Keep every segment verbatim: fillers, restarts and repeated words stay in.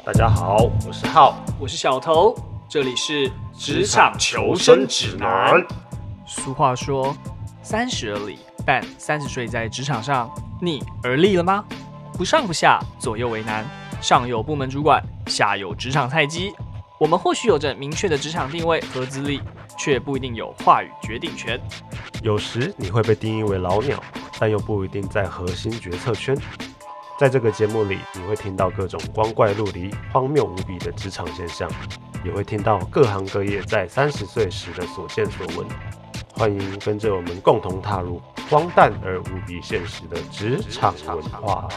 大家好，我是浩， 我是小头，这里是职场求生指南。俗话说，三十而立，但三十岁在职场上，你而立了吗？不上不下，左右为难，上有部门主管，下有职场菜鸡。我们或许有着明确的职场定位和资历，却不一定有话语决定权。 有时你会被定义为老鸟，但又不一定在核心决策圈。在这个节目里，你会听到各种光怪陆离、荒谬无比的职场现象，也会听到各行各业在三十岁时的所见所闻。欢迎跟着我们共同踏入荒诞而无比现实的职场文化。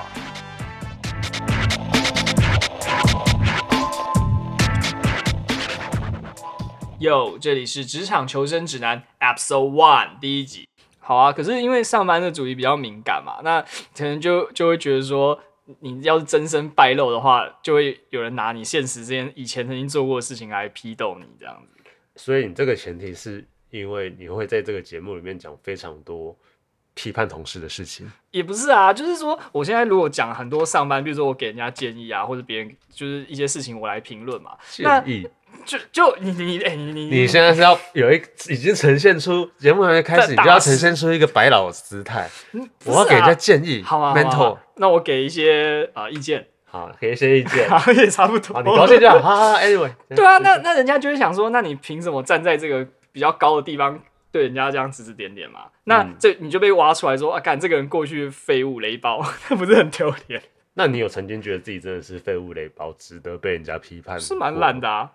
哟，这里是职场求生指南 Episode One 第一集。好啊，可是因为上班的主题比较敏感嘛，那可能就就会觉得说，你要是真身败露的话，就会有人拿你现实之间以前曾经做过的事情来批斗你这样子。 所以你这个前提是因为你会在这个节目里面讲非常多批判同事的事情。 也不是啊，就是说我现在如果讲很多上班，比如说我给人家建议啊，或者别人就是一些事情我来评论嘛， 建议。 就就你你哎、欸、你你你现在是要有一已经呈现出节目还没开始，你就要呈现出一个白老的姿态、嗯啊。我要给人家建议， 好啊 mentor， 那我给一些呃意见， 好，给一些意见， 好也差不多。 好，你高兴就好。好好 ，anyway， 对啊，那那人家就会想说，那你凭什么站在这个比较高的地方对人家这样指指点点嘛？那这你就被挖出来说啊，干这个人过去废物雷包，那不是很丢脸？ 那你有曾经觉得自己真的是废物雷包，值得被人家批判？ 是蛮烂的啊。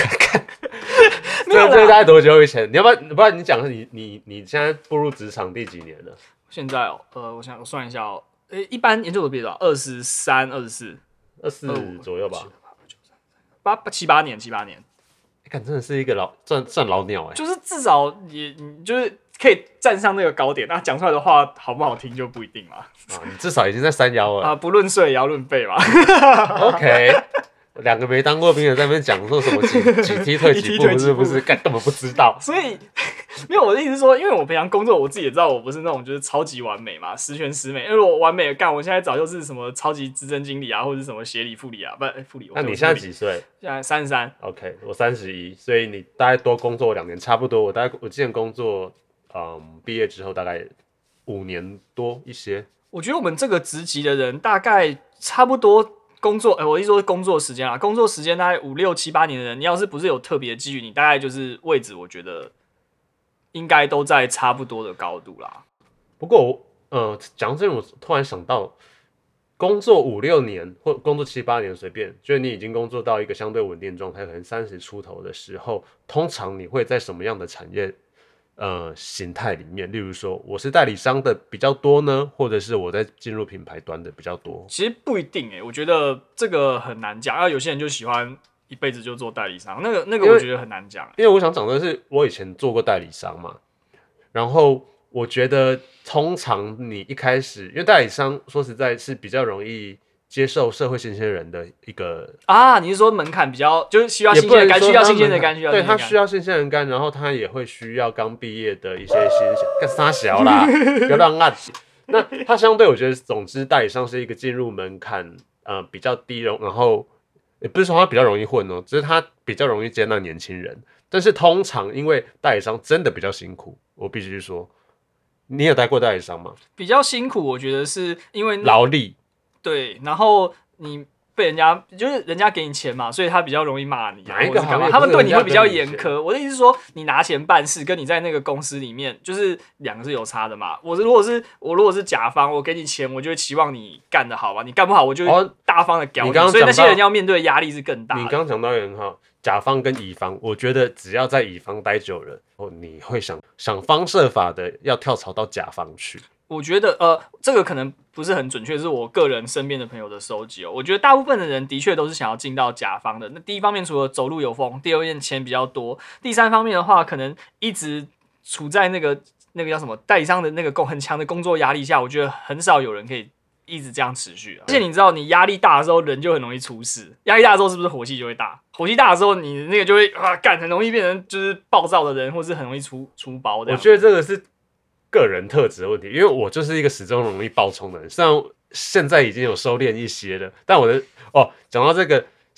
这这大概多久以前？你要不然不然你讲你你你现在步入职场第几年了？ 现在哦，呃，我想我算一下哦，诶，一般研究所毕业多少？二十三、二十四、 二四左右吧， 八七八年，七八年。 看，真的是一个老算算老鸟哎， 就是至少也你就是可以站上那个高点，那讲出来的话好不好听就不一定嘛。 啊，你至少已经在三幺了啊，不论税也要论辈嘛。 OK。两个没当过兵的在那边讲说什么几几梯退几步，不是不是，根本不知道。 所以没有我的意思是说，因为我平常工作，我自己也知道我不是那种就是超级完美嘛，十全十美。因为我完美的干，我现在早就是什么超级资深经理啊，或者是什么协理、副理啊，不是副理。 那你现在几岁？ 现在三十三。 OK， 我三十一，所以你大概多工作两年，差不多。我大概我之前工作，嗯，毕业之后大概五年多一些。 我觉得我们这个职级的人大概差不多。工作，欸、我一说工作时间啊，工作时间大概五六七八年的人，你要是不是有特别的机遇，你大概就是位置，我觉得应该都在差不多的高度啦。 不过我，呃，讲到这，我突然想到，工作五六年或工作七八年，随便，就是你已经工作到一个相对稳定状态，可能三十出头的时候，通常你会在什么样的产业？呃，形态里面，例如说，我是代理商的比较多呢，或者是我在进入品牌端的比较多。 其实不一定哎、欸，我觉得这个很难讲。啊，有些人就喜欢一辈子就做代理商，那个那个我觉得很难讲、欸。 因为我想讲的是，我以前做过代理商嘛，然后我觉得通常你一开始，因为代理商说实在是比较容易接受社会新鲜人的一个啊，你是说门槛比较，就是需要新鲜的肝，需要新鲜的肝，需要对他需要新鲜人肝，然后他也会需要刚毕业的一些新鲜，干啥小啦，不要让按。那他相对我觉得，总之代理商是一个进入门槛呃比较低，然后也不是说他比较容易混哦，只是他比较容易接纳年轻人。但是通常因为代理商真的比较辛苦，我必须说，你有待过代理商吗？ 比较辛苦，我觉得是因为劳力。 对，然后你被人家就是人家给你钱嘛，所以他比较容易骂你、啊， 哪一个行业他们对你会比较严苛。我的意思是说，你拿钱办事，跟你在那个公司里面，就是两个是有差的嘛。我如果是我如果是甲方，我给你钱，我就会期望你干得好嘛。你干不好，我就大方的屌你。 哦、你所以那些人要面对的压力是更大的。 你刚刚讲到也很好，甲方跟乙方，我觉得只要在乙方待久了，你会想想方设法的要跳槽到甲方去。 我觉得呃，这个可能不是很准确，是我个人身边的朋友的收集哦。我觉得大部分的人的确都是想要进到甲方的。那第一方面，除了走路有风；第二面钱比较多；第三方面的话，可能一直处在那个那个叫什么代理商的那个很强的工作压力下，我觉得很少有人可以一直这样持续、啊。而且你知道，你压力大的时候，人就很容易出事。压力大的时候，是不是火气就会大？火气大的时候，你那个就会啊，干，很容易变成就是暴躁的人，或是很容易出出包的。 我觉得这个是个人特质的问题，因为我就是一个始终容易爆冲的人，虽然现在已经有收敛一些了，但我的哦，讲到这个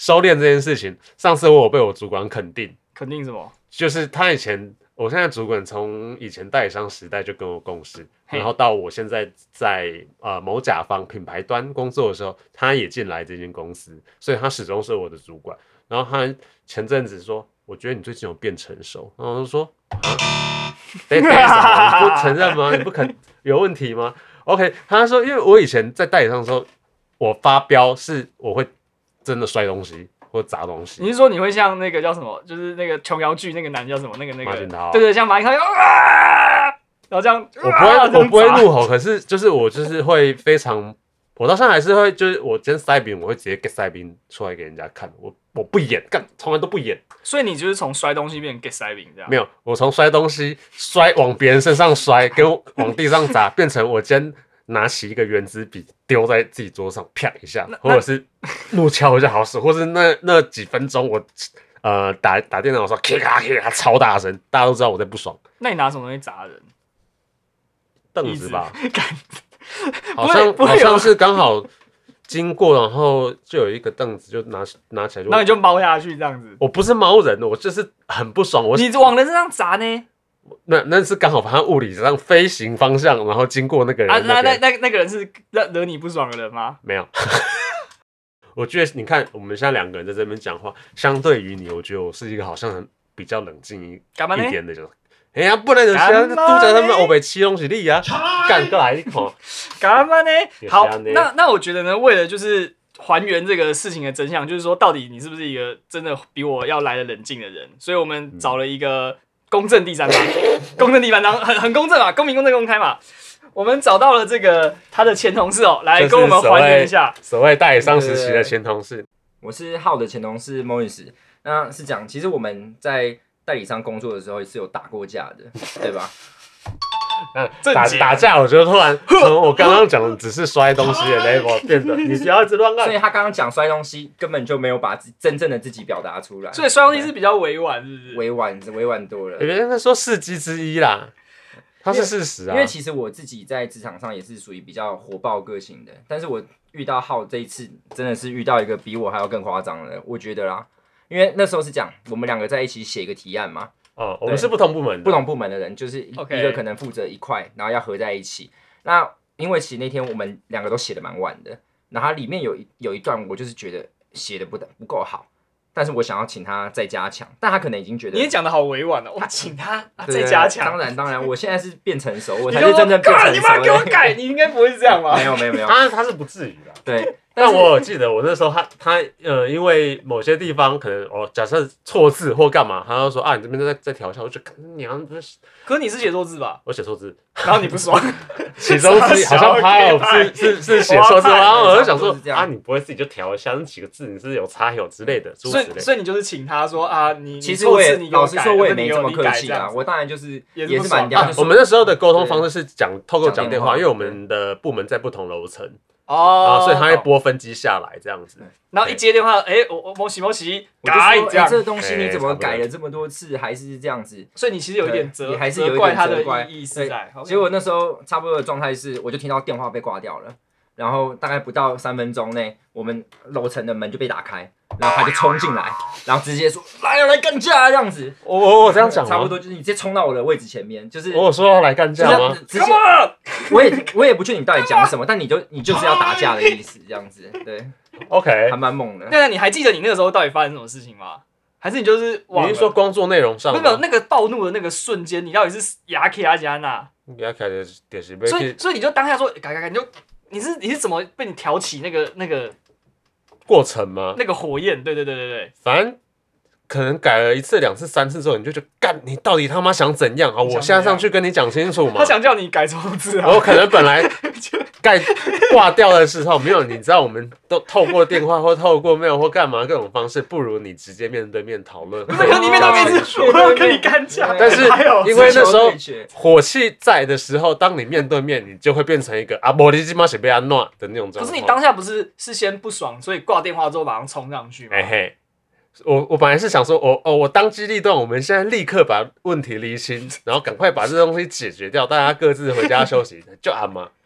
收敛这件事情，上次我有被我主管肯定， 肯定什么？ 就是他以前，我现在主管从以前代理商时代就跟我共事，然后到我现在在呃某甲方品牌端工作的时候，他也进来这间公司，所以他始终是我的主管。然后他前阵子说，我觉得你最近有变成熟，然后我就说，得得什么？你不承认吗？你不肯有问题吗 ？OK， 他说，因为我以前在代理商的时候，我发飙是我会真的摔东西。或砸东西， 你是说你会像那个叫什么，就是那个琼瑶剧那个男叫什么，那个那个， 马景涛， 对对，像马景涛，啊，然后这样， 我不会，我不会怒吼，可是就是我就是会非常，我到现在还是会，就是我今天塞饼，我会直接给塞饼出来给人家看，我我不演，干从来都不演。 所以你就是从摔东西变成 get 塞饼这样？ 没有，我从摔东西摔往别人身上摔，跟往地上砸，变成我今天拿起一个圆珠笔丢在自己桌上，啪一下，或者是怒敲一下好使，或是那那几分钟我呃打打电脑的时候，咔咔咔超大声，大家都知道我在不爽。 那你拿什么东西砸人？ 凳子吧， 好像好像是刚好经过，然后就有一个凳子，就拿拿起来就， 然后你就猫下去这样子。 我不是猫人，我就是很不爽。我你往人身上砸呢？ 那那是刚好反正物理上飞行方向，然后经过那个人啊， 那那那那那个人是惹惹你不爽的人吗？ 没有。我觉得你看我们现在两个人在这边讲话，相对于你，我觉得我是一个好像比较冷静一一点的，就是哎呀，不然就像拄着他们欧北七东西力啊，干过来你看， 干嘛呢？好，那那我觉得呢，为了就是还原这个事情的真相，就是说到底你是不是一个真的比我要来的冷静的人？所以我们找了一个。公正第三方，公正第三方很很公正嘛，公平、公正、公开嘛。我们找到了这个他的前同事哦，来跟我们还原一下所谓代理商时期的前同事。 我是浩的前同事 Morris， 那是讲其实我们在代理商工作的时候是有打过架的，对吧？ 打打架，我觉得突然从我刚刚讲的只是摔东西的 level 变得你不要一直乱干。 所以他刚刚讲摔东西，根本就没有把真正的自己表达出来。 所以摔东西是比较委婉，是不是？ 委婉，委婉多了。 有人在说事迹之一啦，它是事实啊。 因为其实我自己在职场上也是属于比较火爆个性的，但是我遇到浩这一次真的是遇到一个比我还要更夸张的，我觉得啦。因为那时候是讲我们两个在一起写一个提案嘛。 哦，我们是不同部门的， 不同部门的人，就是一个可能负责一块，然后要合在一起。那因为其实那天我们两个都写的蛮晚的，然后它里面有有一段我就是觉得写的不不够好，但是我想要请他再加强，但他可能已经觉得你也讲的好委婉哦，我请他再加强。 当然当然，我现在是变成熟，我才是真正变成熟。 你妈给我改，你应该不会是这样吧？ 没有没有没有， 他他是不至于的。 对。 但我有记得我那时候他他呃，因为某些地方可能哦，假设错字或干嘛，他就说啊，你这边在在调一下，我就娘不是。 可是你是写错字吧？ 我写错字， 然后你不爽， 其中之好像他有是是是写错字，然后我就想说啊，你不会自己就调一下那几个字，你是有差有之类的， 所以所以你就是请他说啊，你其实我也老实说，我也没这么客气啊，我当然就是也是蛮屌。我们那时候的沟通方式是讲透过讲电话，因为我们的部门在不同楼层。哦，所以他会拨分机下来这样子， 然后一接电话，哎，我我某喜某喜改这样，这东西你怎么改了这么多次还是这样子？ 所以你其实有一点责， 还是有一点他的意思在。 结果那时候差不多的状态是，我就听到电话被挂掉了，然后大概不到三分钟内，我们楼层的门就被打开，然后他就冲进来，然后直接说来要来干架这样子。 我我我这样讲， 差不多就是你直接冲到我的位置前面，就是我有说要来干架吗？ 直接，我也我也不确定你到底讲什么，但你就你就是要打架的意思，这样子，对 ，OK， 还蛮猛的。 那你还记得你那个时候到底发生什么事情吗？还是你就是你是说工作内容上？ 没有，那个暴怒的那个瞬间，你到底是牙起还是牙哪？ 牙起的就是所以所以你就当下说改改改，你就你是你是怎么被你挑起那个那个过程吗？ 那个火焰，对对对对对， 反正。可能改了一次、两次、三次之后，你就觉得干，你到底他妈想怎样啊？我现在上去跟你讲清楚嘛。 他想叫你改错字啊。 我可能本来盖挂掉的时候，没有，你知道，我们都透过电话或透过 mail 或干嘛各种方式，不如你直接面对面讨论。 不是，你面对面是我可以干架， 但是因为那时候火气在的时候，当你面对面，你就会变成一个啊，我你他妈是被安诺的那种状况。 可是你当下不是是先不爽，所以挂电话之后马上冲上去吗？ 哎嘿。我我本来是想说，我哦，我当机立断，我们现在立刻把问题厘清，然后赶快把这东西解决掉，大家各自回家休息，就安嘛。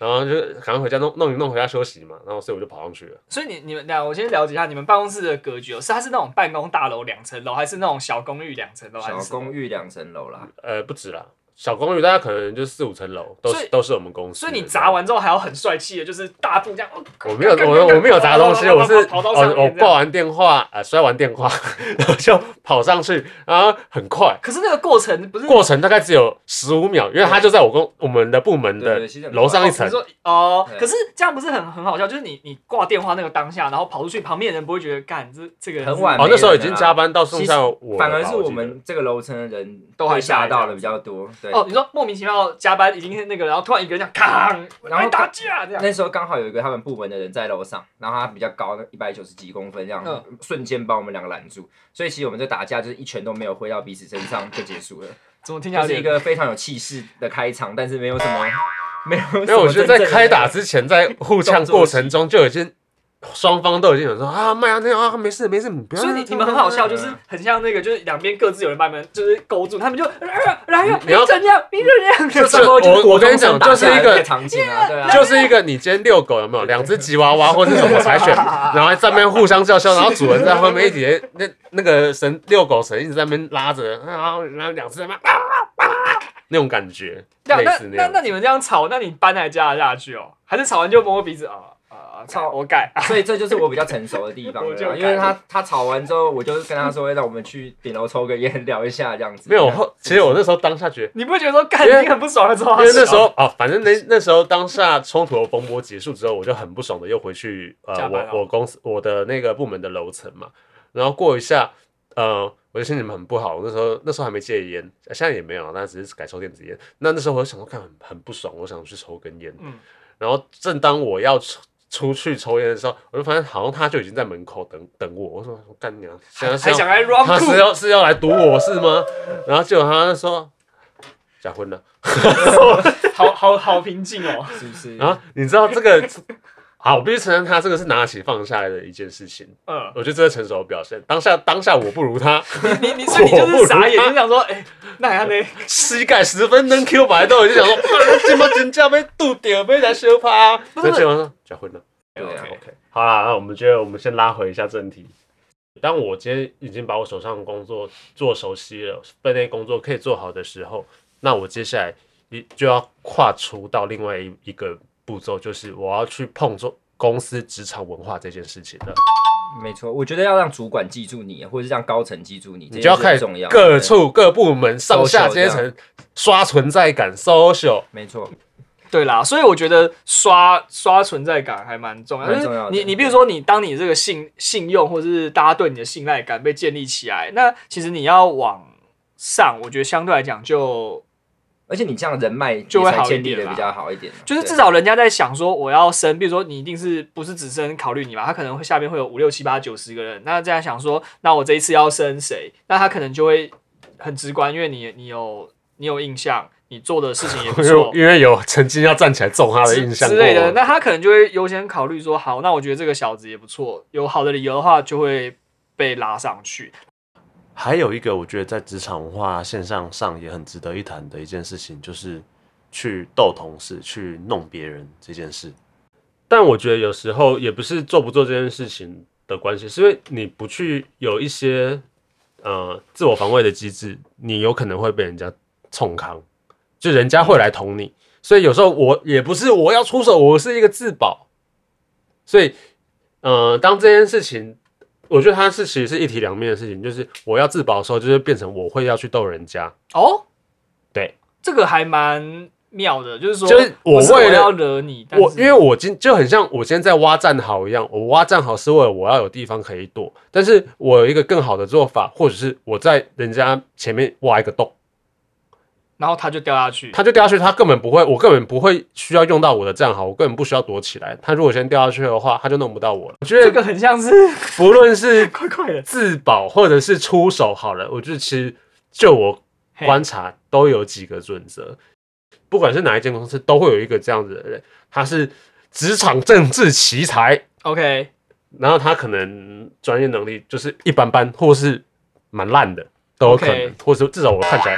然后就赶快回家弄弄一弄回家休息嘛，然后所以我就跑上去了。 所以你你们俩，我先了解一下你们办公室的格局哦，是它是那种办公大楼两层楼，还是那种小公寓两层楼？ 小公寓两层楼啦， 呃，不止啦。小公寓大概可能就四五层楼，都是都是我们公司。 所以你砸完之后还要很帅气的，就是大步这样。 我没有，我我没有砸东西，我是哦，我挂完电话，呃，摔完电话，然后就跑上去，然后很快。 可是那个过程不是过程大概只有十五秒，因为他就在我公我们的部门的楼上一层。 哦，可是这样不是很很好笑？就是你你挂电话那个当下，然后跑出去，旁边的人不会觉得干这这个很晚。 哦，那时候已经加班到剩下我， 反而是我们这个楼层的人都还吓到的比较多。对。 哦，你说莫名其妙加班已经那个，然后突然一个人这样扛，然后打架这样。 那时候刚好有一个他们部门的人在楼上，然后他比较高，一百九十几公分，这样、嗯、瞬间把我们两个拦住。所以其实我们这打架就是一拳都没有挥到彼此身上就结束了。 怎么听起来就是一个非常有气势的开场，但是没有什么，没有什么。 因为我觉得在开打之前，在互呛过程中就已经。双方都已经有说啊，麦啊那啊，没事没事，你不要。 所以你你们很好笑，就是很像那个，就是两边各自有人把你们就是勾住，他们就来呀，你怎样，你怎样？ 就是我我跟你讲，就是一个场景啊，对啊， 就是一个你今天遛狗有没有两只吉娃娃或者什么柴犬，然后在那边互相叫嚣，然后主人在后面一直那那个绳遛狗绳一直在那边拉着，然后然后两只在那边那种感觉，类似那样。 那那你们这样吵，那你搬还加得下去哦？还是吵完就摸摸鼻子啊？啊，吵我改， 所以这就是我比较成熟的地方了，因为他他吵完之后，我就跟他说，让我们去顶楼抽个烟聊一下这样子。 没有，其实我那时候当下觉得， 你不会觉得说，干你很不爽的时候， 因为那时候哦，反正那那时候当下冲突的风波结束之后，我就很不爽的又回去呃我我公司我的那个部门的楼层嘛，然后过一下呃我就心情很不好，我那时候那时候还没戒烟，现在也没有，但只是改抽电子烟。那那时候我就想说，看很很不爽，我想去抽根烟，嗯，然后正当我要抽。出去抽烟的时候，我就发现好像他就已经在门口等等我。我说干娘，现在还想来 run 他是要是要来堵我是吗？然后结果他就说假婚了， 好好好平静哦， 是不是？ 然后你知道这个，好，我必须承认他这个是拿起放下来的一件事情。嗯，我觉得这是成熟的表现。当下当下我不如他， 你你你所以你就是傻眼，就想说，哎、欸，那样呢？ 膝盖十分能 Q 白豆，就想说，怎么真正被堵掉，被来羞趴？所以结果说假婚了。 对啊 ，OK， 好啦，那我们觉得我们先拉回一下正题。当我今天已经把我手上的工作做熟悉了，分内工作可以做好的时候，那我接下来就要跨出到另外一个步骤，就是我要去碰触公司职场文化这件事情了。 没错，我觉得要让主管记住你，或者是让高层记住你， 你就要开始各处各部门上下阶层刷存在感 ，social。 没错。 对啦，所以我觉得刷刷存在感还蛮重要。 蛮重要的。 你你比如说，你当你这个信信用或者是大家对你的信赖感被建立起来，那其实你要往上，我觉得相对来讲就， 而且你这样人脉就会好建立的比较好一点。 就是至少人家在想说我要升，比如说你一定是不是只升考虑你嘛？他可能会下边会有五六七八九十个人，那这样想说，那我这一次要升谁？那他可能就会很直观，因为你你有你有印象。你做的事情也不错， 因为有曾经要站起来中他的印象之类的，那他可能就会优先考虑说，好，那我觉得这个小子也不错，有好的理由的话，就会被拉上去。 还有一个，我觉得在职场文化线上上也很值得一谈的一件事情，就是去逗同事、去弄别人这件事。 但我觉得有时候也不是做不做这件事情的关系，是因为你不去有一些呃自我防卫的机制，你有可能会被人家冲康。就人家会来捅你，所以有时候我也不是我要出手，我是一个自保。所以，呃，当这件事情，我觉得它是其实是一体两面的事情，就是我要自保的时候，就是变成我会要去逗人家。 哦， 对， 这个还蛮妙的，就是说， 就是我为了要惹你， 我因为我今就很像我今天在挖战壕一样，我挖战壕是为了我要有地方可以躲，但是我有一个更好的做法，或者是我在人家前面挖一个洞。 然后他就掉下去， 他就掉下去，他根本不会，我根本不会需要用到我的战壕，我根本不需要躲起来。他如果先掉下去的话，他就弄不到我了。我觉得这个很像是， 不论是快快的自保或者是出手好了，我觉得其实就我观察都有几个准则，不管是哪一间公司，都会有一个这样子的人，他是职场政治奇才 ，OK， 然后他可能专业能力就是一般般，或是蛮烂的都有可能， okay. 或是至少我看起来。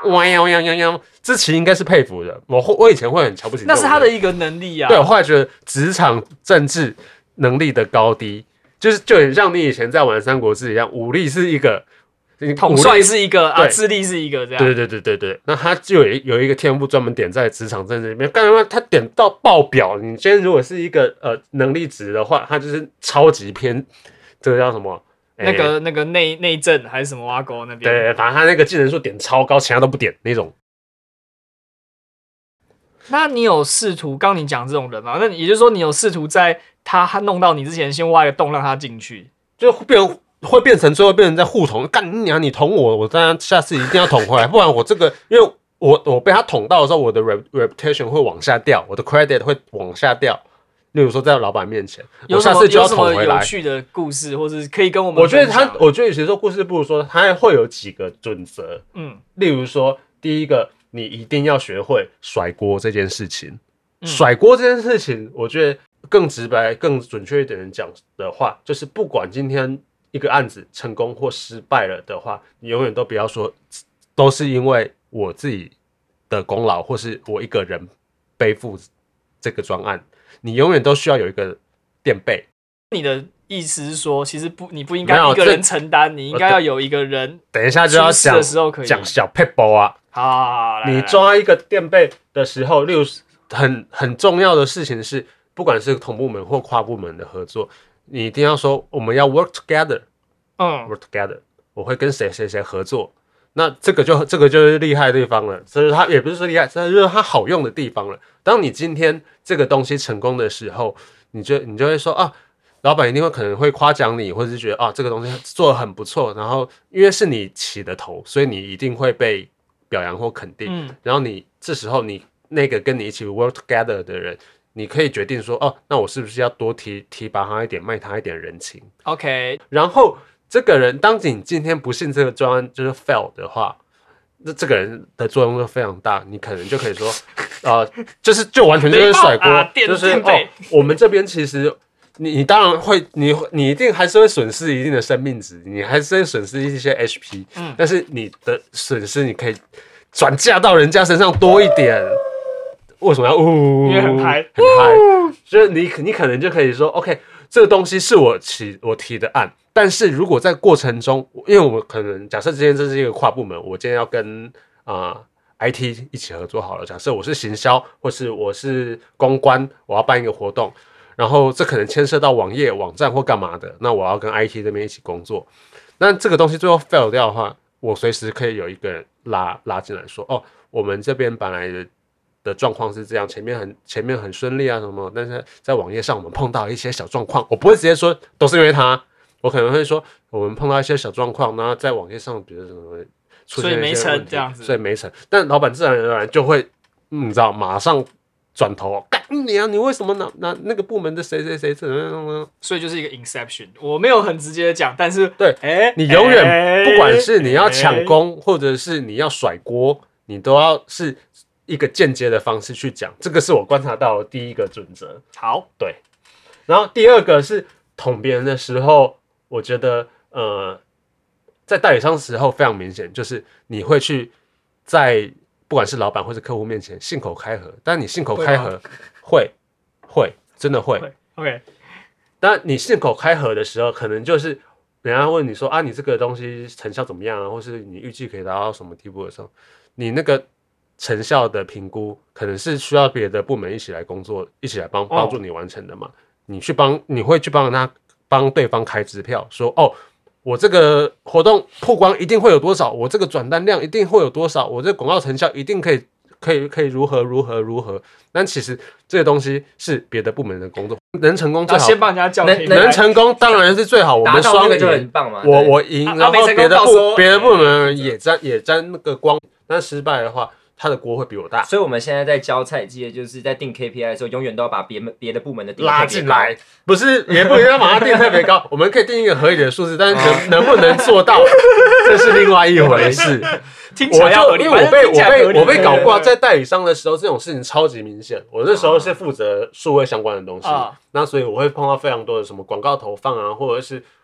哇呀哇呀呀呀，这其实应该是佩服的。我我以前会很瞧不起， 那是他的一个能力啊。 对，我后来觉得职场政治能力的高低，就是就很像你以前在玩三国志一样，武力是一个。 统帅是一个啊，智力是一个这样。 对对对对对，那他就有有一个天赋专门点在职场政治里面，干嘛他点到爆表。你今天如果是一个呃能力值的话，他就是超级偏，这个叫什么？ 欸、那个那个内内政还是什么挖沟那边？ 对，反正他那个技能数点超高，其他都不点那种。 那你有试图刚你讲这种人吗？那也就是说，你有试图在他弄到你之前，先挖一个洞让他进去， 就变成。会变成最后变成在互捅，干你娘！你捅我，我当然下次一定要捅回来，不然我这个，因为我我被他捅到的时候，我的 reputation 会往下掉，我的 credit 会往下掉。例如说在老板面前，我下次就要捅回来。 有什么有趣的故事，或是可以跟我们？ 我觉得他，我觉得其实说故事不如说，他会有几个准则。嗯，例如说，第一个，你一定要学会甩锅这件事情。嗯、甩锅这件事情，我觉得更直白、更准确一点讲的话，就是不管今天。一个案子成功或失败了的话，你永远都不要说都是因为我自己的功劳，或是我一个人背负这个专案。你永远都需要有一个垫背。 你的意思是说，其实不，你不应该一个人承担，你应该要有一个人。 等一下就要讲的时候可以讲小撇步啊。 好， 你抓一个垫背的时候，例如很很重要的事情是，不管是同部门或跨部门的合作。你一定要说我们要 work together， 嗯 ，work together， 我会跟谁谁谁合作，那这个就这个就是厉害的地方了，这是它也不是说厉害，这就是它好用的地方了。当你今天这个东西成功的时候，你就你就会说啊，老板一定会可能会夸奖你，或者是觉得啊这个东西做得很不错，然后因为是你起的头，所以你一定会被表扬或肯定，嗯，然后你这时候你那个跟你一起 work together 的人。你可以决定说，哦，那我是不是要多提提拔他一点，卖他一点人情 ？OK。 然后这个人，当你今天不幸这个专案就是 fail 的话，那这个人的作用就非常大。你可能就可以说，呃，就是就完全就是甩锅，啊、就是哦，我们这边其实你你当然会，你你一定还是会损失一定的生命值，你还是会损失一些 H P，嗯，但是你的损失你可以转嫁到人家身上多一点。为什么要呜？ 因为很嗨， 很嗨，就是你你可能就可以说 ，OK， 这个东西是我提我提的案，但是如果在过程中，因为我们可能假设今天这是一个跨部门，我今天要跟啊、呃、I T 一起合作好了，假设我是行销，或是我是公关，我要办一个活动，然后这可能牵涉到网页、网站或干嘛的，那我要跟 I T 这边一起工作，那这个东西最后 fail 掉的话，我随时可以有一个人拉拉进来说，哦，我们这边本来的。的状况是这样，前面很前面很顺利啊什么，但是在网页上我们碰到一些小状况，我不会直接说都是因为他，我可能会说我们碰到一些小状况，然后在网页上比如什么出现一些问题， 所以没成这样子， 所以没成，但老板自然而然就会，嗯、你知道，马上转头干你啊，你为什么拿拿那个部门的谁谁谁怎么样？ 所以就是一个 inception， 我没有很直接的讲，但是对，欸、你永远、欸、不管是你要抢功、欸、或者是你要甩锅，你都要是。一个间接的方式去讲，这个是我观察到的第一个准则。 好， 对。然后第二个是捅别人的时候，我觉得呃，在代理商的时候非常明显，就是你会去在不管是老板或是客户面前信口开河，但你信口开河会会真的会 ，OK。 但你信口开河的时候，可能就是人家问你说啊，你这个东西成效怎么样啊，或是你预计可以达到什么地步的时候，你那个。成效的评估可能是需要别的部门一起来工作，一起来帮帮助你完成的嘛？你去帮，你会去帮他帮对方开支票，说哦，我这个活动曝光一定会有多少，我这个转单量一定会有多少，我这个广告成效一定可以可以可以如何如何如何。但其实这个东西是别的部门的工作，能成功最好， 先帮人家叫能能成功当然是最好，我们双赢， 就很棒嘛。 我我赢，然后别的部别的部门也沾也沾那个光，但失败的话。他的锅会比我大， 所以我们现在在教菜鸡，就是在定 K P I 的时候，永远都要把别别的部门的定拉进来，不是也不一定要把它定特别高，我们可以定一个合理的数字，但是能能不能做到，这是另外一回事。 听起来要合理， 因为我被我被我被搞挂，在代理商的时候，这种事情超级明显。我那时候是负责数位相关的东西，啊、那所以我会碰到非常多的什么广告投放啊，或者是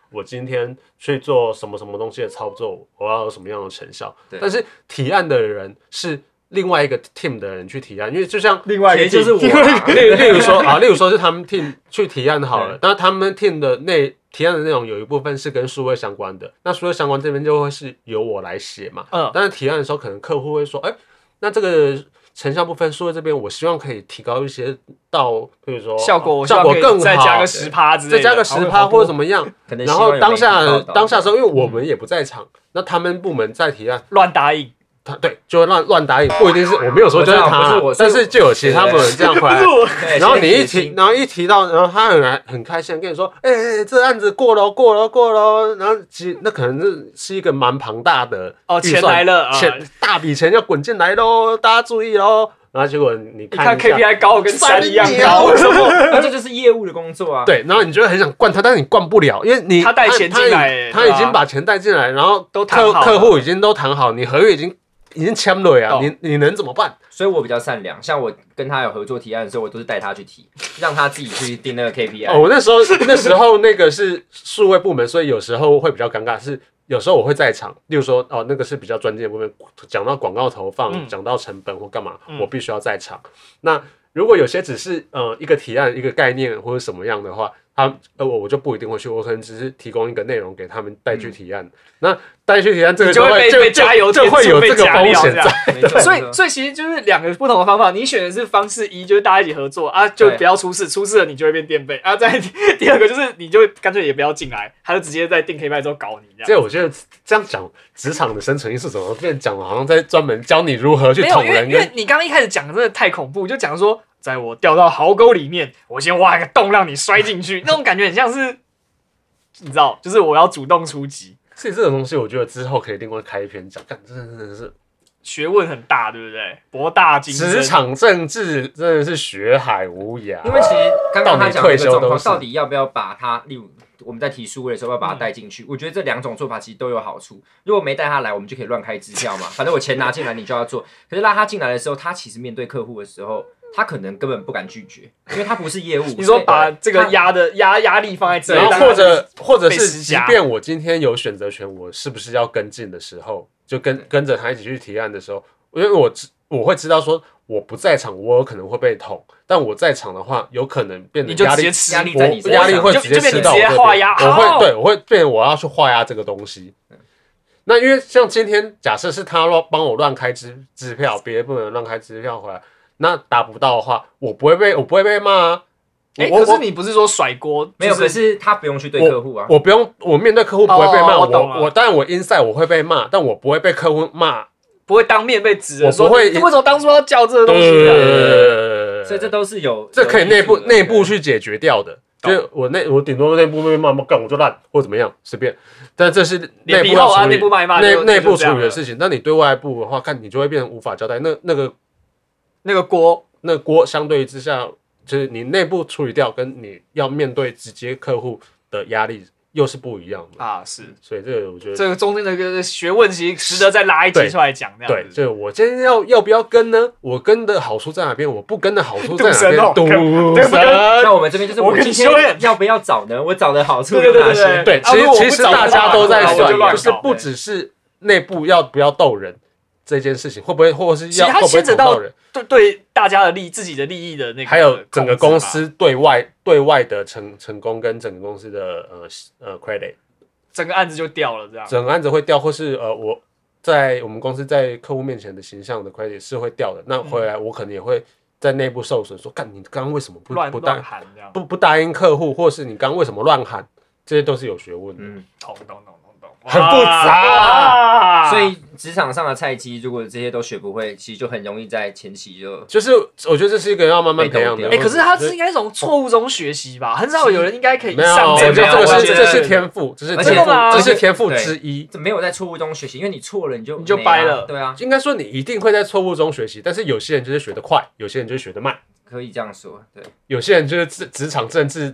我今天去做什么什么东西的操作，我要有什么样的成效。但是提案的人是另外一个 team 的人去提案，因为就像另外一个就是我、啊例，例如说啊，例如说是他们 team 去提案好了，那他们 team 的内提案的内容有一部分是跟数位相关的，那数位相关这边就会是由我来写嘛。嗯，但是提案的时候，可能客户会说，哎、欸，那这个成效部分数位这边，我希望可以提高一些到，比如说效果， 效果更好， 再加个十趴之类的， 再加个十趴或者怎么样。然后当下当下的时候，因为我们也不在场，嗯、那他们部门在提案， 乱答应。 他对，就乱乱答应，不一定是我没有说就是他， 是但是就有其他部门这样回来。然后你一提，然后一提到，然后他很很开心跟你说，哎、欸欸，这案子过了，过了，过了。然后其实那可能是是一个蛮庞大的哦，钱来了， 钱大笔钱要滚进来喽，大家注意喽。然后结果你看, 看 K P I 高跟山一样高， 为什么？那这就是业务的工作啊。 对，然后你就会很想灌他，但是你灌不了，因为你他带钱进来， 他已经把钱带进来，然后都客客户已经都谈好，你合约已经。已经签了呀，你你能怎么办？ 所以我比较善良，像我跟他有合作提案的时候，我都是带他去提，让他自己去定那个 K P I。 哦，我那时候那时候那个是数位部门，所以有时候会比较尴尬，是有时候我会在场，例如说哦，那个是比较专业的部分，讲到广告投放，讲、嗯、到成本或干嘛，嗯、我必须要在场。那如果有些只是呃一个提案、一个概念或者什么样的话，他呃我我就不一定会去，我可能只是提供一个内容给他们带去提案。嗯、那带去提案这个就会被被加油， 就会有这个风险在。 所以所以其实就是两个不同的方法，你选的是方式一，就是大家一起合作啊，就不要出事，出事了你就会变垫背啊。再第二个就是你就干脆也不要进来，他就直接在定 K P I 之后搞你这样。 所以我觉得这样讲职场的生存因素怎么变讲的好像在专门教你如何去捅人， 因为你刚刚一开始讲的真的太恐怖，就讲说。在我掉到壕沟里面，我先挖一个洞让你摔进去，那种感觉很像是，你知道，就是我要主动出击。 所以这种东西，我觉得之后可以另外开一篇讲，干真的真的是学问很大，对不对？博大精深。 职场政治真的是学海无涯。 因为其实刚刚他讲的状况，到底要不要把它，例如我们在提数位的时候要把它带进去、嗯，我觉得这两种做法其实都有好处。如果没带他来，我们就可以乱开支票嘛，反正我钱拿进来你就要做。可是拉他进来的时候，他其实面对客户的时候。他可能根本不敢拒绝，因为他不是业务。 你说把这个压的压压力放在这里， 然后或者或者是，即便我今天有选择权，我是不是要跟进的时候，就跟跟着他一起去提案的时候，因为我我会知道说我不在场，我有可能会被捅，但我在场的话，有可能变得压力压力在你身上， 压力会直接吃到我这边，我会对我会变成我要去画押这个东西。那因为像今天假设是他帮我乱开支支票，别的部门乱开支票回来。那达不到的话，我不会被我不会被骂啊。 哎、欸，可是你不是说甩锅、就是？ 没有，可是他不用去对客户啊。 我, 我不用，我面对客户不会被骂。 哦、我我我当然我 inside 我会被骂，但我不会被客户骂， 不会当面被指。 我不会， 为什么当初要叫这个东西呢？ 呃、 所以这都是有， 这可以内部内部去解决掉的。就是我内我顶多内部被骂，干我就烂或怎么样随便，但这是内部要处理内部骂一骂内内部处理的事情。但你对外部的话，看你就会变成无法交代。那那个那个锅。 那锅相对之下，就是你内部处理掉，跟你要面对直接客户的压力又是不一样的啊。是， 所以这个我觉得这个中间的个学问其实值得再拉一集出来讲。 对，所以我今天要要不要跟呢？我跟的好处在哪边？我不跟的好处在哪边？ 赌神。那我们这边就是我今天要不要找呢？我找的好处有哪些？ 对，其实其实大家都在算，就是不只是内部要不要斗人。这件事情会不会，或者是要会不会捅到人？ 对对，大家的利自己的利益的那个， 还有整个公司对外对外的成成功跟整个公司的呃呃 credit， 整个案子就掉了，这样。 整个案子会掉，或是呃我在我们公司在客户面前的形象的 credit 是会掉的。那回来我可能也会在内部受损，说干你刚刚为什么不乱不答喊这样， 不不答应客户，或是你刚刚为什么乱喊，这些都是有学问的。 嗯，懂懂懂。 很复杂， 所以职场上的菜鸡，如果这些都学不会，其实就很容易在前期就就是我觉得这是一个要慢慢培养的。 哎、欸，可是他是应该从错误中学习吧？很少有人应该可以没有， 上我觉得这个是这是天赋，这是天赋，这是天赋之一。 没有在错误中学习，因为你错了你就你就掰了。 对啊， 应该说你一定会在错误中学习，但是有些人就是学得快，有些人就是学得慢， 可以这样说。对， 有些人就是职职场政治。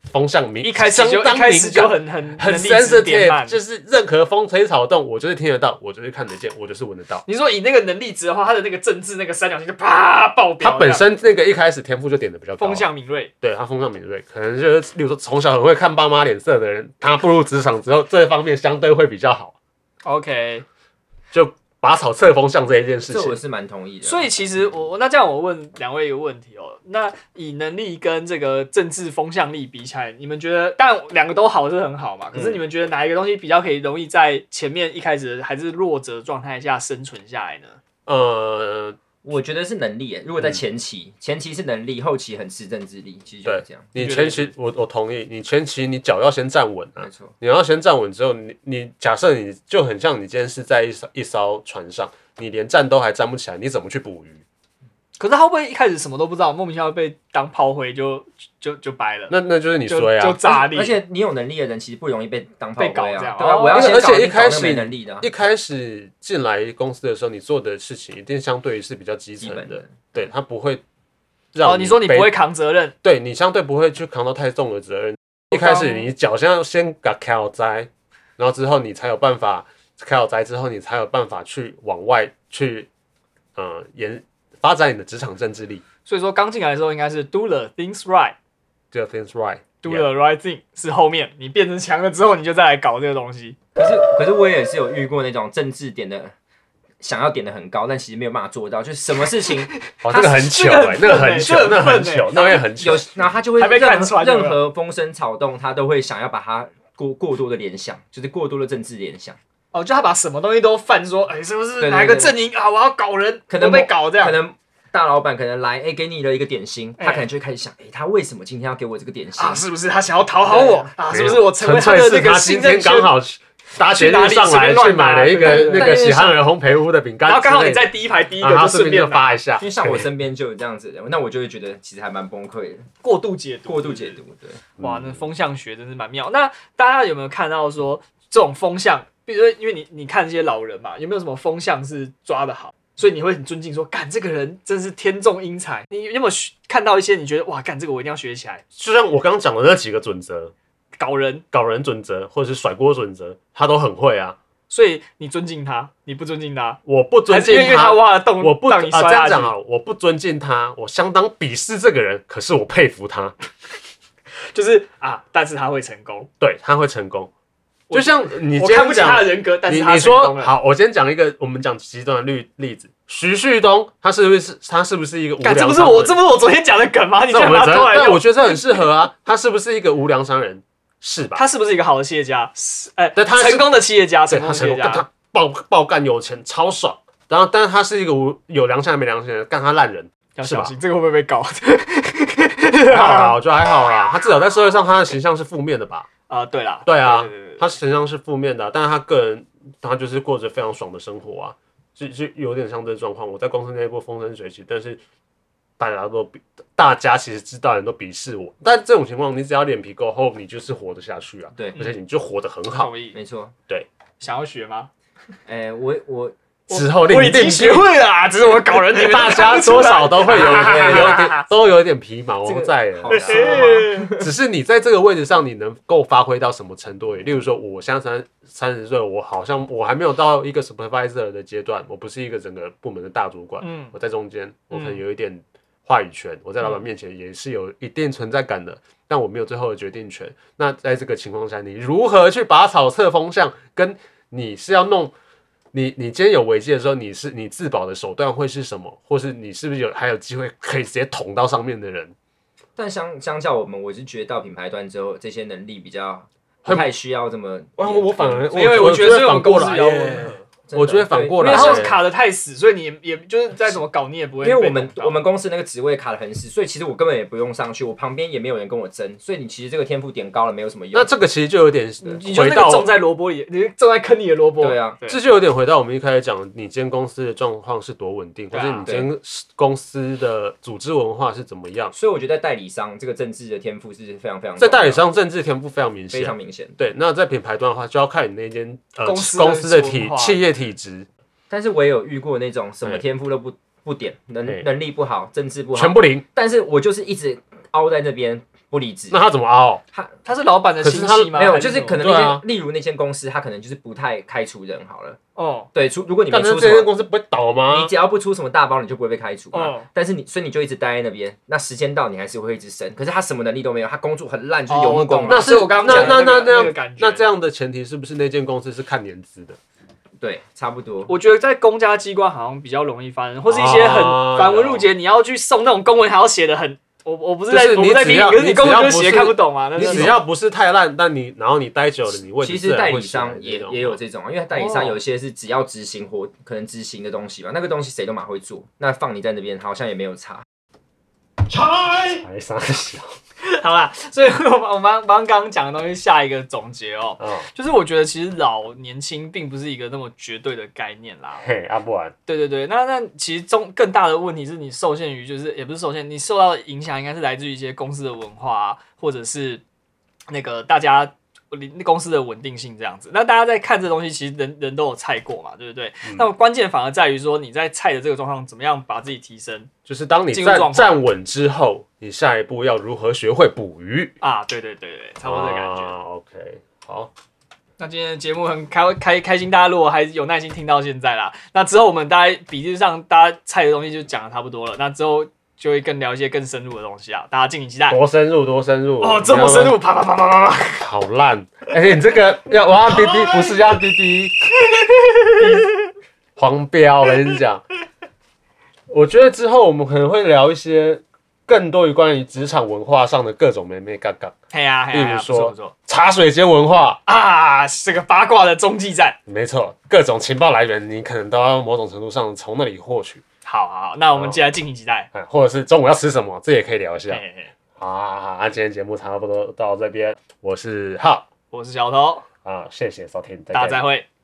风向明， 一开始就一开始就很很很 sensitive， 就是任何风吹草动，我就是听得到，我就是看得见，我就是闻得到。 你说以那个能力值的话，他的那个政治那个三角形就啪爆表。 他本身那个一开始天赋就点的比较高， 风向敏锐， 对他风向敏锐，可能就是例如说从小很会看爸妈脸色的人，他步入职场之后，这方面相对会比较好。 OK， 就拔草测风向这一件事情， 这我是蛮同意的。 所以其实我那这样我问两位一个问题哦，那以能力跟这个政治风向力比起来，你们觉得，当然两个都好是很好嘛，可是你们觉得哪一个东西比较可以容易在前面一开始还是弱者状态下生存下来呢？ 呃。 我觉得是能力耶，如果在前期，嗯、前期是能力，后期很吃政治力，其实就是这样。 你前期我我同意，你前期你脚要先站稳啊， 没错， 你要先站稳之后，你你假设你就很像你今天是在一艘一艘船上，你连站都还站不起来，你怎么去捕鱼？ 可是他会不会一开始什么都不知道，莫名其妙被当炮灰就就就掰了？ 那那就是你衰啊， 就炸裂。 而且你有能力的人其实不容易被当炮灰啊， 被搞这样。 对啊，我要先而且一开始没能力的、啊， 一开始进来公司的时候，你做的事情一定相对于是比较基层的， 的对他不会让你、 哦、你说你不会扛责任， 对你相对不会去扛到太重的责任。一开始你脚先要先给敲栽，然后之后你才有办法敲栽之后，你才有办法去往外去呃延。发展你的职场政治力， 所以说刚进来的时候应该是 do the things right，do the things right，do the right thing 是后面你变成强了之后，你就再来搞这个东西。 可是可是我也是有遇过那种政治点的，想要点的很高，但其实没有办法做到，就是什么事情， 哦，那个很糗哎，那个很糗，那很糗，那会很糗。 有，然后他就会还被看穿， 任何风声草动，他都会想要把它过过多的联想，就是过多的政治联想。 哦，就他把什么东西都泛说，哎、欸，是不是哪一个阵营啊？我要搞人，可能被搞这样。 可能大老板可能来，哎、欸，给你了一个点心，他可能就会开始想，哎、欸，他为什么今天要给我这个点心？ 啊，是不是他想要讨好我啊？是不是我成为他的那个新任刚好搭捷运上来去买了一个那个喜憨儿烘焙屋的饼干， 然后刚好你在第一排第一个就顺便发一下。 因为像我身边就有这样子的，那我就会觉得其实还蛮崩溃的。 过度解读， 过度解读，对。 哇，那风向学真是蛮妙。那大家有没有看到说这种风向？比如说，因为你你看这些老人嘛，有没有什么风向是抓得好？所以你会很尊敬说，干这个人真是天纵英才。你有没有看到一些你觉得哇，干这个我一定要学起来？ 就像我刚刚讲的那几个准则， 搞人、 搞人准则，或者是甩锅准则，他都很会啊。 所以你尊敬他，你不尊敬他？ 我不尊敬他， 因为他挖了洞， 我不让你摔下去。 啊、这样讲好了，我不尊敬他，我相当鄙视这个人，可是我佩服他， 就是啊，但是他会成功， 对，他会成功。就像你今天讲，我看不起他的人格，但是他你说好，我先讲一个，我们讲极端的例例子，徐旭东，他是不是他是不是一个无良商人？ 这不是我，这不是我昨天讲的梗吗？你讲他出来， 但我觉得这很适合啊。他是不是一个无良商人？是吧？ 他是不是一个好的企业家？是，哎、欸， 对，他成功的企业家，成功的企业家， 他爆爆干有钱，超爽。然后，但是他是一个无有良心还没良心的人，干他烂人， 要小心，这个会不会被搞？ 还好啦，我觉得还好啦。他至少在社会上，他的形象是负面的吧？ 啊、呃，对啦， 对啊， 对对对对， 他形象是负面的、啊，但是他个人他就是过着非常爽的生活啊，就就有点像这个状况。我在公司内部风生水起，但是大家都比大家其实知道人都鄙视我，但这种情况，你只要脸皮够厚，你就是活得下去啊。 对， 而且你就活得很好。 没错。 对， 想要学吗？ 哎、欸，我我。 之后我已经学会了、啊，只是我搞人，你们大家多少都会有一点、有点都有一点皮毛在的。只是你在这个位置上，你能够发挥到什么程度？例如说，我现在三三十岁，我好像我还没有到一个 supervisor 的阶段，我不是一个整个部门的大主管，嗯、我在中间，我可能有一点话语权，我在老板面前也是有一定存在感的，但我没有最后的决定权。那在这个情况下，你如何去拔草测风向？跟你是要弄？你你今天有危机的时候，你是你自保的手段会是什么？或是你是不是有还有机会可以直接捅到上面的人？ 但相相较我们，我是觉得到品牌端之后，这些能力比较不太需要这么。 我我反而因为我觉得反过来， 我觉得反过来， 因为他卡得太死，所以你也就是再怎么搞，你也不会。 因为我们我们公司那个职位卡得很死，所以其实我根本也不用上去，我旁边也没有人跟我争，所以你其实这个天赋点高了没有什么用。 那这个其实就有点你就那个种在萝卜里，你种在坑里的萝卜。 对啊， 这就有点回到我们一开始讲，你今天公司的状况是多稳定，或者你今天公司的组织文化是怎么样。 所以我觉得在代理商这个政治的天赋是非常非常， 在代理商政治天赋非常明显， 非常明显。 对，那在品牌端的话，就要看你那间呃公司公司的体企业体质。 但是我也有遇过那种什么天赋都不不点，能能力不好，政治不好， 全不灵。 但是我就是一直凹在那边， 或离职。 那他怎么凹？ 他他是老板的亲戚吗？ 没有，就是可能那间、 啊、 例如那间公司，他可能就是不太开除人好了。 哦， 对，出如果你没出什么， 这间公司不会倒吗？ 你只要不出什么大包，你就不会被开除嘛。 哦、 但是你，所以你就一直待在那边，那时间到你还是会一直升。可是他什么能力都没有，他工作很烂，就是有目共睹。 那是我刚刚讲的、那个、 那那那那个那这样的前提是不是那间公司是看年资的？ 对，差不多。 我觉得在公家机关好像比较容易发生，或是一些很繁文缛节，你要去送那种公文，还要写的很。我我不是在， 就是、 我不在批评，可是你根本就写看不懂啊。 你只要不是太烂，但你然后你待久了，你位置其实代理商也也有这种，因为代理商有一些是只要执行或可能执行的东西吧，那个东西谁都蛮会做，那放你在那边好像也没有差。 才傻小。 好啦，所以我我们帮刚刚讲的东西下一个总结哦， 哦就是我觉得其实老年轻并不是一个那么绝对的概念啦。 嘿，啊不然， 对对对，那那其实中更大的问题是你受限于，就是也不是受限，你受到的影响应该是来自于一些公司的文化啊，或者是那个大家公司的稳定性这样子。那大家在看这东西，其实人人都有菜过嘛，对不对？嗯、那么关键反而在于说你在菜的这个状况怎么样把自己提升。 就是当你站站稳之后，你下一步要如何学会捕鱼啊？对对对对，差不多这个感觉。 啊、OK， 好。 那今天的节目很开开开心，大家如果还有耐心听到现在啦，那之后我们大家笔记上大家菜的东西就讲的差不多了，那之后就会更聊一些更深入的东西啊，大家敬请期待。 多深入，多深入哦，这么深入，啪啪啪啪啪啪， 好烂！哎、欸，你这个要我要滴滴，不是要滴滴，黄标，我跟你讲。我觉得之后我们可能会聊一些更多于关于职场文化上的各种眉眉角角。 嘿呀嘿呀， 例如说不错茶水间文化啊，这个八卦的中继站。 没错，各种情报来源你可能都要某种程度上从那里获取。 好好好，那我们接下来敬请期待、 哦，或者是中午要吃什么，这也可以聊一下。 嘿嘿好好好，那今天节目差不多到这边，我是浩， 我是小头， 啊，谢谢收听， 大家再会。